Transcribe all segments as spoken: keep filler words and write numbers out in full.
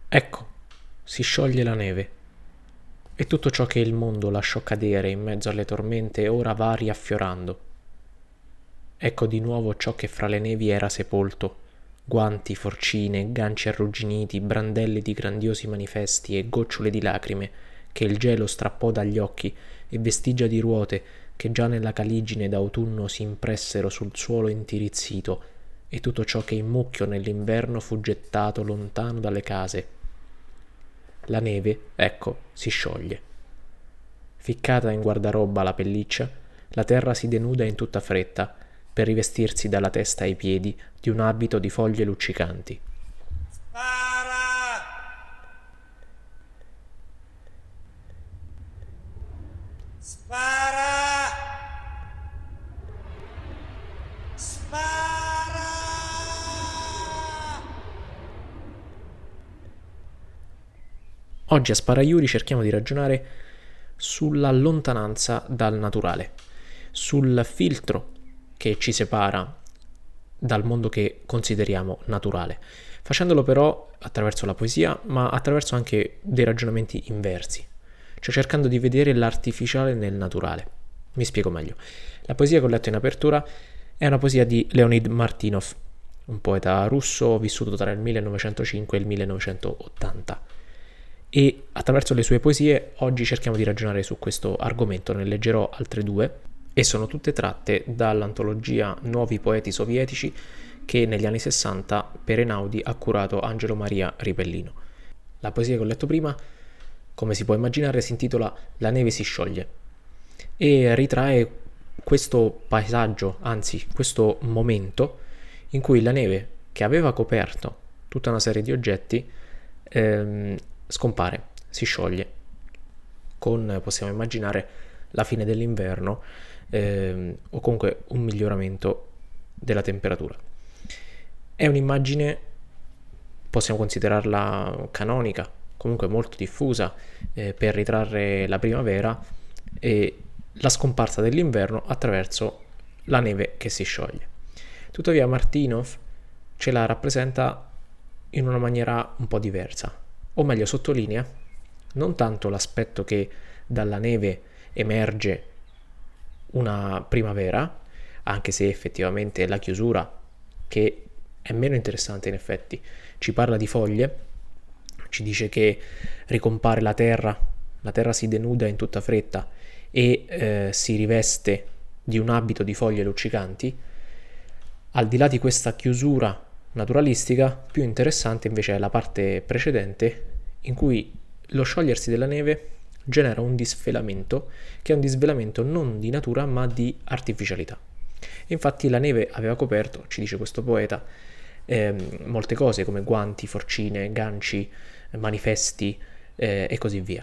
Ecco, si scioglie la neve, e tutto ciò che il mondo lasciò cadere in mezzo alle tormente ora va riaffiorando. Ecco di nuovo ciò che fra le nevi era sepolto: guanti, forcine, ganci arrugginiti, brandelli di grandiosi manifesti e gocciole di lacrime che il gelo strappò dagli occhi, e vestigia di ruote che già nella caligine d'autunno si impressero sul suolo intirizzito, e tutto ciò che in mucchio nell'inverno fu gettato lontano dalle case. La neve, ecco, si scioglie. Ficcata in guardaroba la pelliccia, la terra si denuda in tutta fretta, per rivestirsi dalla testa ai piedi di un abito di foglie luccicanti. Spara! Spara! Spara! Oggi a Sparaiuri cerchiamo di ragionare sulla lontananza dal naturale, sul filtro che ci separa dal mondo che consideriamo naturale, facendolo però attraverso la poesia, ma attraverso anche dei ragionamenti inversi, cioè cercando di vedere l'artificiale nel naturale. Mi spiego meglio. La poesia che ho letto in apertura è una poesia di Leonid Martynov, un poeta russo vissuto tra il millenovecentocinque e il millenovecentottanta. E attraverso le sue poesie oggi cerchiamo di ragionare su questo argomento. Ne leggerò altre due e sono tutte tratte dall'antologia Nuovi poeti sovietici che negli anni sessanta per Einaudi ha curato Angelo Maria Ripellino. La poesia che ho letto prima, come si può immaginare, si intitola La neve si scioglie e ritrae questo paesaggio, anzi questo momento in cui la neve, che aveva coperto tutta una serie di oggetti, ehm, scompare, si scioglie, con, possiamo immaginare, la fine dell'inverno ehm, o comunque un miglioramento della temperatura. È un'immagine, possiamo considerarla canonica, comunque molto diffusa eh, per ritrarre la primavera e la scomparsa dell'inverno attraverso la neve che si scioglie. Tuttavia Martynov ce la rappresenta in una maniera un po' diversa, o meglio sottolinea non tanto l'aspetto che dalla neve emerge una primavera, anche se effettivamente la chiusura, che è meno interessante in effetti, ci parla di foglie, ci dice che ricompare la terra, la terra si denuda in tutta fretta e eh, si riveste di un abito di foglie luccicanti. Al di là di questa chiusura naturalistica, più interessante invece è la parte precedente, in cui lo sciogliersi della neve genera un disvelamento, che è un disvelamento non di natura ma di artificialità. Infatti la neve aveva coperto, ci dice questo poeta, ehm, molte cose come guanti, forcine, ganci, manifesti eh, e così via.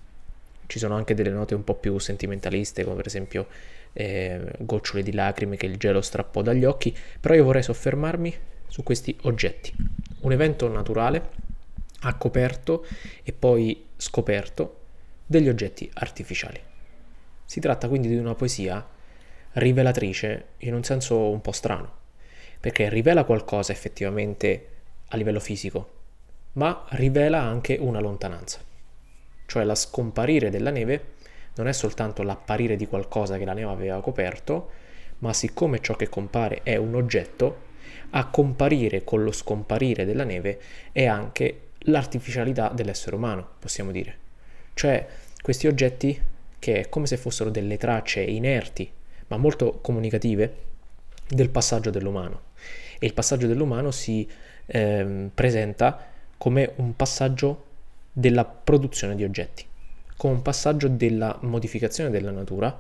Ci sono anche delle note un po' più sentimentaliste, come per esempio eh, gocciole di lacrime che il gelo strappò dagli occhi, però io vorrei soffermarmi su questi oggetti. Un evento naturale ha coperto e poi scoperto degli oggetti artificiali. Si tratta quindi di una poesia rivelatrice in un senso un po' strano, perché rivela qualcosa effettivamente a livello fisico, ma rivela anche una lontananza. Cioè la scomparire della neve non è soltanto l'apparire di qualcosa che la neve aveva coperto, ma siccome ciò che compare è un oggetto, a comparire con lo scomparire della neve è anche l'artificialità dell'essere umano, possiamo dire. Cioè questi oggetti che è come se fossero delle tracce inerti, ma molto comunicative, del passaggio dell'umano. E il passaggio dell'umano si ehm, presenta come un passaggio della produzione di oggetti, come un passaggio della modificazione della natura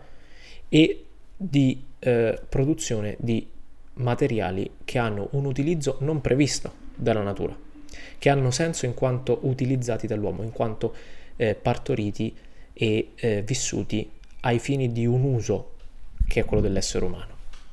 e di eh, produzione di materiali che hanno un utilizzo non previsto dalla natura, che hanno senso in quanto utilizzati dall'uomo, in quanto eh, partoriti e eh, vissuti ai fini di un uso che è quello dell'essere umano.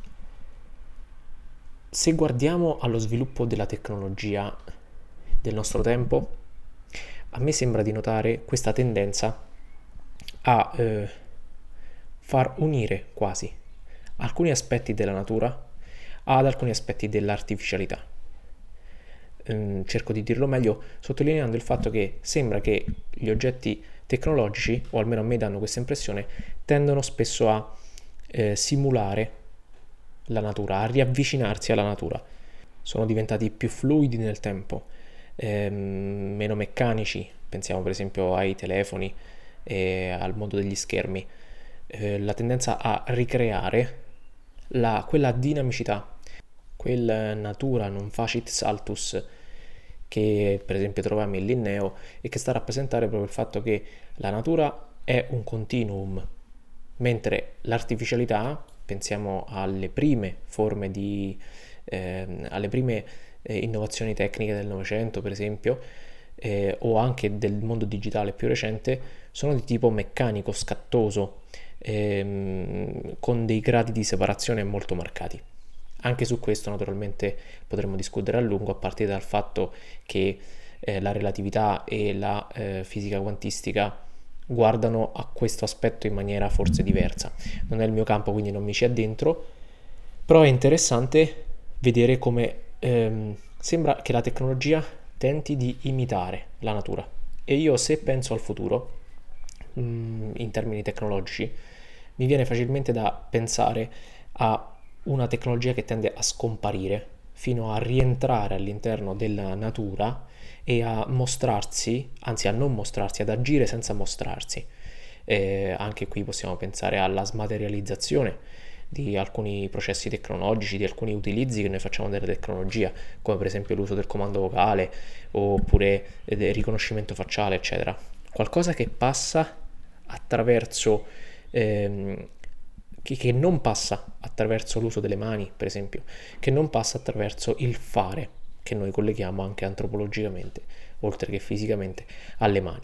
Se guardiamo allo sviluppo della tecnologia del nostro tempo, a me sembra di notare questa tendenza a eh, far unire quasi alcuni aspetti della natura ad alcuni aspetti dell'artificialità. ehm, cerco di dirlo meglio sottolineando il fatto che sembra che gli oggetti tecnologici, o almeno a me danno questa impressione, tendono spesso a eh, simulare la natura, a riavvicinarsi alla natura. Sono diventati più fluidi nel tempo, ehm, meno meccanici, pensiamo per esempio ai telefoni e al mondo degli schermi, eh, la tendenza a ricreare la, quella dinamicità, quel natura non facit saltus che per esempio troviamo in Linneo e che sta a rappresentare proprio il fatto che la natura è un continuum, mentre l'artificialità, pensiamo alle prime forme di, eh, alle prime eh, innovazioni tecniche del Novecento per esempio, eh, o anche del mondo digitale più recente, sono di tipo meccanico, scattoso, ehm, con dei gradi di separazione molto marcati. Anche su questo naturalmente potremmo discutere a lungo, a partire dal fatto che eh, la relatività e la eh, fisica quantistica guardano a questo aspetto in maniera forse diversa. Non è il mio campo, quindi non mi ci addentro, però è interessante vedere come ehm, sembra che la tecnologia tenti di imitare la natura. E io, se penso al futuro, mh, in termini tecnologici, mi viene facilmente da pensare a una tecnologia che tende a scomparire fino a rientrare all'interno della natura e a mostrarsi, anzi a non mostrarsi, ad agire senza mostrarsi. Eh, anche qui possiamo pensare alla smaterializzazione di alcuni processi tecnologici, di alcuni utilizzi che noi facciamo della tecnologia, come per esempio l'uso del comando vocale oppure del riconoscimento facciale, eccetera. Qualcosa che passa attraverso ehm, che, che non passa attraverso l'uso delle mani, per esempio, che non passa attraverso il fare, che noi colleghiamo anche antropologicamente, oltre che fisicamente, alle mani.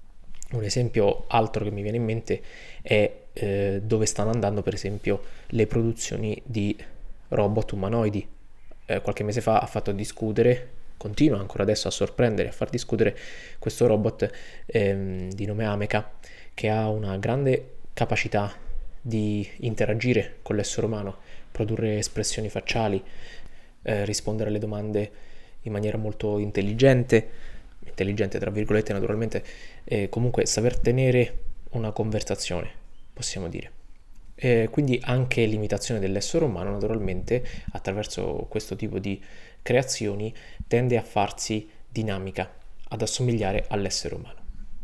Un esempio altro che mi viene in mente è eh, dove stanno andando, per esempio, le produzioni di robot umanoidi. Eh, qualche mese fa ha fatto discutere, continua ancora adesso a sorprendere, a far discutere questo robot ehm, di nome Ameca, che ha una grande capacità di interagire con l'essere umano, produrre espressioni facciali, eh, rispondere alle domande in maniera molto intelligente, intelligente tra virgolette naturalmente, eh, comunque saper tenere una conversazione, possiamo dire. Eh, quindi anche l'imitazione dell'essere umano naturalmente attraverso questo tipo di creazioni tende a farsi dinamica, ad assomigliare all'essere umano.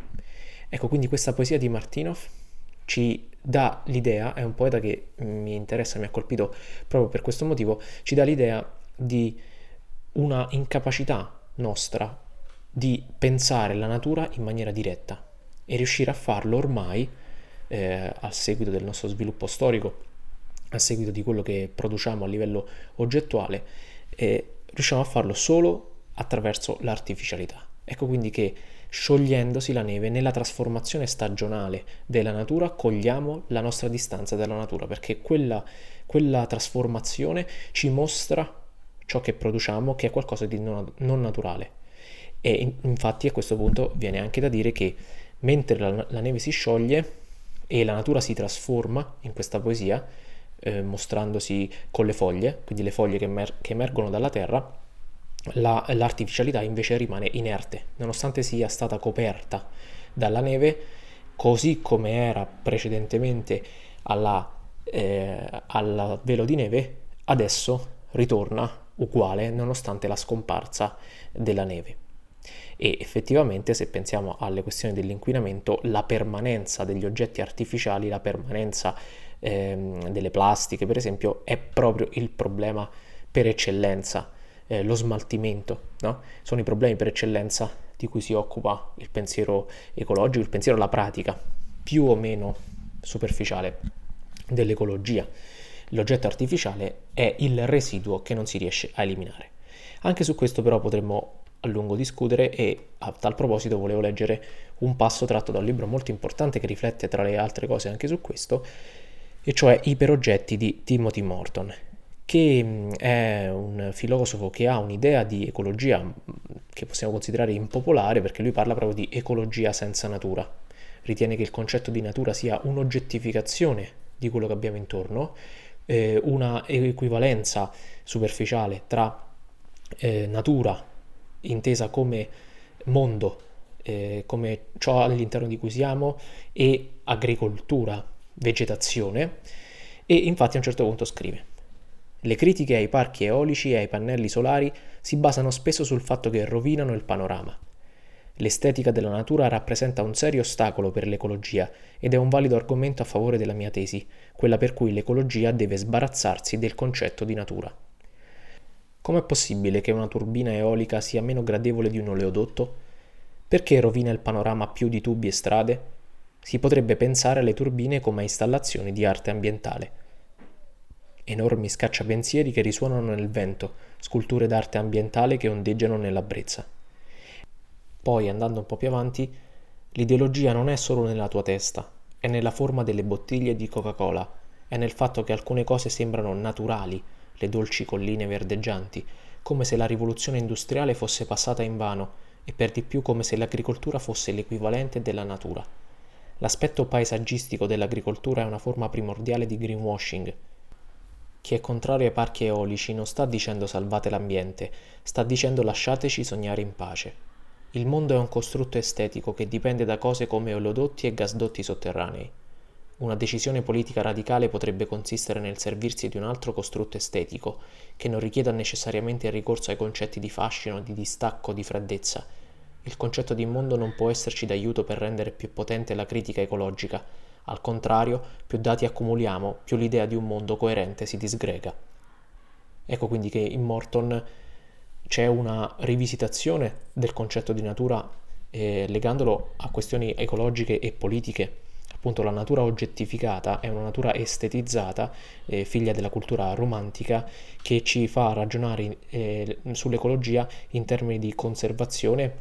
Ecco, quindi questa poesia di Martynov ci dà l'idea, è un poeta che mi interessa, mi ha colpito proprio per questo motivo, ci dà l'idea di una incapacità nostra di pensare la natura in maniera diretta e riuscire a farlo ormai eh, a seguito del nostro sviluppo storico, a seguito di quello che produciamo a livello oggettuale, eh, riusciamo a farlo solo attraverso l'artificialità. Ecco quindi che sciogliendosi la neve nella trasformazione stagionale della natura cogliamo la nostra distanza dalla natura, perché quella, quella trasformazione ci mostra ciò che produciamo, che è qualcosa di non, non naturale. E in, infatti a questo punto viene anche da dire che mentre la, la neve si scioglie e la natura si trasforma in questa poesia, eh, mostrandosi con le foglie, quindi le foglie che, emer- che emergono dalla terra, La, l'artificialità invece rimane inerte, nonostante sia stata coperta dalla neve, così come era precedentemente alla, eh, al velo di neve, adesso ritorna uguale nonostante la scomparsa della neve. E effettivamente, se pensiamo alle questioni dell'inquinamento, la permanenza degli oggetti artificiali, la permanenza ehm, delle plastiche per esempio, è proprio il problema per eccellenza. Eh, lo smaltimento, no? Sono i problemi per eccellenza di cui si occupa il pensiero ecologico, il pensiero alla pratica più o meno superficiale dell'ecologia. L'oggetto artificiale è il residuo che non si riesce a eliminare. Anche su questo però potremmo a lungo discutere e a tal proposito volevo leggere un passo tratto da un libro molto importante che riflette tra le altre cose anche su questo, e cioè Iperoggetti di Timothy Morton, che è un filosofo che ha un'idea di ecologia che possiamo considerare impopolare, perché lui parla proprio di ecologia senza natura. Ritiene che il concetto di natura sia un'oggettificazione di quello che abbiamo intorno, eh, una equivalenza superficiale tra eh, natura intesa come mondo, eh, come ciò all'interno di cui siamo, e agricoltura, vegetazione, e infatti a un certo punto scrive: le critiche ai parchi eolici e ai pannelli solari si basano spesso sul fatto che rovinano il panorama. L'estetica della natura rappresenta un serio ostacolo per l'ecologia ed è un valido argomento a favore della mia tesi, quella per cui l'ecologia deve sbarazzarsi del concetto di natura. Com'è possibile che una turbina eolica sia meno gradevole di un oleodotto? Perché rovina il panorama più di tubi e strade? Si potrebbe pensare alle turbine come a installazioni di arte ambientale. Enormi scacciapensieri che risuonano nel vento, sculture d'arte ambientale che ondeggiano nella brezza. Poi, andando un po' più avanti, l'ideologia non è solo nella tua testa, è nella forma delle bottiglie di Coca-Cola, è nel fatto che alcune cose sembrano naturali, le dolci colline verdeggianti, come se la rivoluzione industriale fosse passata invano e per di più come se l'agricoltura fosse l'equivalente della natura. L'aspetto paesaggistico dell'agricoltura è una forma primordiale di greenwashing. Chi è contrario ai parchi eolici non sta dicendo salvate l'ambiente, sta dicendo lasciateci sognare in pace. Il mondo è un costrutto estetico che dipende da cose come oleodotti e gasdotti sotterranei. Una decisione politica radicale potrebbe consistere nel servirsi di un altro costrutto estetico, che non richieda necessariamente il ricorso ai concetti di fascino, di distacco, di freddezza. Il concetto di mondo non può esserci d'aiuto per rendere più potente la critica ecologica. Al contrario, più dati accumuliamo, più l'idea di un mondo coerente si disgrega. Ecco quindi che in Morton c'è una rivisitazione del concetto di natura eh, legandolo a questioni ecologiche e politiche. Appunto, la natura oggettificata è una natura estetizzata, eh, figlia della cultura romantica, che ci fa ragionare eh, sull'ecologia in termini di conservazione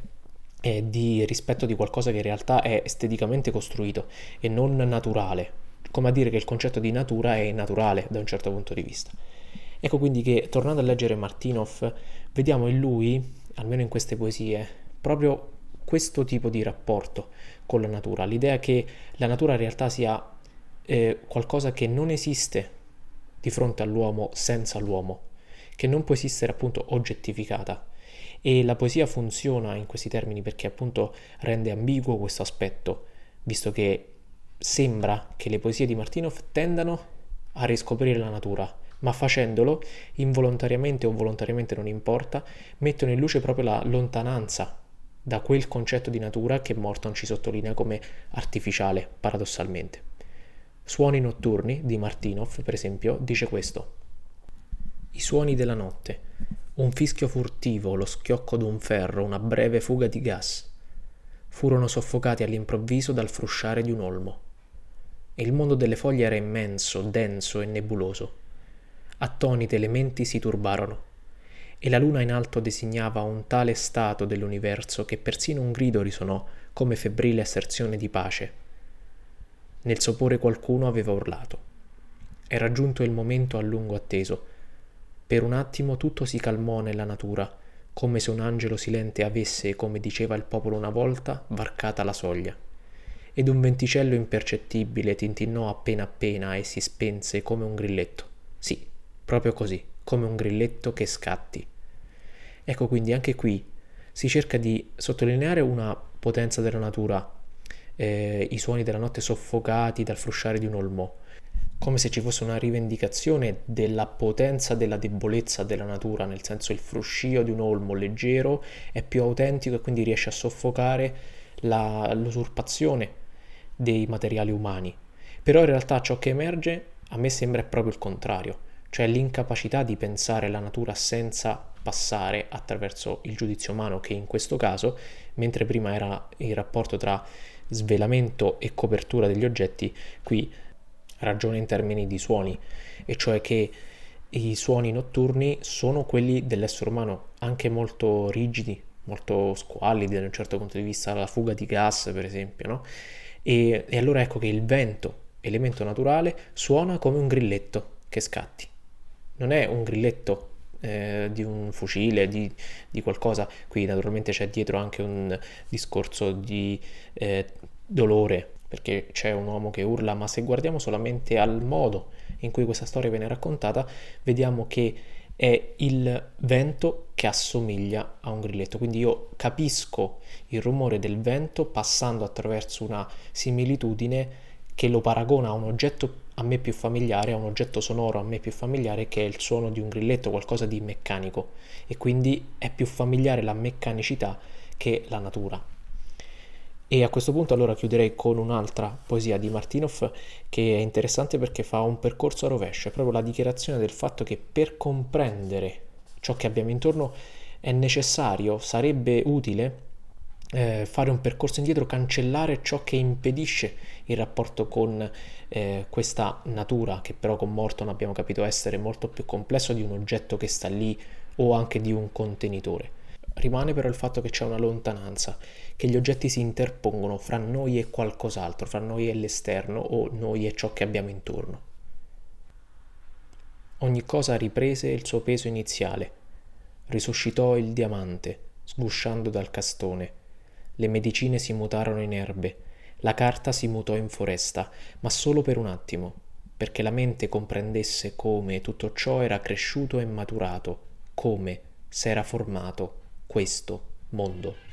e di rispetto di qualcosa che in realtà è esteticamente costruito e non naturale, come a dire che il concetto di natura è naturale da un certo punto di vista. Ecco quindi che, tornando a leggere Martynov, vediamo in lui, almeno in queste poesie, proprio questo tipo di rapporto con la natura, l'idea che la natura in realtà sia eh, qualcosa che non esiste di fronte all'uomo senza l'uomo, che non può esistere appunto oggettificata. E la poesia funziona in questi termini perché appunto rende ambiguo questo aspetto, visto che sembra che le poesie di Martynov tendano a riscoprire la natura, ma facendolo, involontariamente o volontariamente non importa, mettono in luce proprio la lontananza da quel concetto di natura che Morton ci sottolinea come artificiale, paradossalmente. Suoni notturni di Martynov, per esempio, dice questo: i suoni della notte, un fischio furtivo, lo schiocco d'un ferro, una breve fuga di gas, furono soffocati all'improvviso dal frusciare di un olmo. E il mondo delle foglie era immenso, denso e nebuloso. Attonite le menti si turbarono, e la luna in alto designava un tale stato dell'universo che persino un grido risonò come febbrile asserzione di pace. Nel sopore qualcuno aveva urlato. Era giunto il momento a lungo atteso. Per un attimo tutto si calmò nella natura, come se un angelo silente avesse, come diceva il popolo una volta, varcata la soglia. Ed un venticello impercettibile tintinnò appena appena e si spense come un grilletto. Sì, proprio così, come un grilletto che scatti. Ecco quindi anche qui si cerca di sottolineare una potenza della natura, eh, i suoni della notte soffocati dal frusciare di un olmo, come se ci fosse una rivendicazione della potenza della debolezza della natura, nel senso il fruscio di un olmo leggero è più autentico e quindi riesce a soffocare la, l'usurpazione dei materiali umani. Però in realtà ciò che emerge a me sembra è proprio il contrario, cioè l'incapacità di pensare la natura senza passare attraverso il giudizio umano, che in questo caso, mentre prima era il rapporto tra svelamento e copertura degli oggetti, qui ragiona in termini di suoni, e cioè che i suoni notturni sono quelli dell'essere umano, anche molto rigidi, molto squallidi da un certo punto di vista, la fuga di gas per esempio, no? E, e allora ecco che il vento, elemento naturale, suona come un grilletto che scatti. Non è un grilletto eh, di un fucile, di, di qualcosa. Qui naturalmente c'è dietro anche un discorso di eh, dolore, perché c'è un uomo che urla, ma se guardiamo solamente al modo in cui questa storia viene raccontata, vediamo che è il vento che assomiglia a un grilletto. Quindi io capisco il rumore del vento passando attraverso una similitudine che lo paragona a un oggetto a me più familiare, a un oggetto sonoro a me più familiare, che è il suono di un grilletto, qualcosa di meccanico, e quindi è più familiare la meccanicità che la natura. E a questo punto allora chiuderei con un'altra poesia di Martynov che è interessante perché fa un percorso a rovescio, è proprio la dichiarazione del fatto che per comprendere ciò che abbiamo intorno è necessario, sarebbe utile eh, fare un percorso indietro, cancellare ciò che impedisce il rapporto con eh, questa natura, che però con Morton abbiamo capito essere molto più complesso di un oggetto che sta lì o anche di un contenitore. Rimane però il fatto che c'è una lontananza, che gli oggetti si interpongono fra noi e qualcos'altro, fra noi e l'esterno o noi e ciò che abbiamo intorno. Ogni cosa riprese il suo peso iniziale, risuscitò il diamante, sgusciando dal castone. Le medicine si mutarono in erbe, la carta si mutò in foresta, ma solo per un attimo, perché la mente comprendesse come tutto ciò era cresciuto e maturato, come s'era formato questo mondo.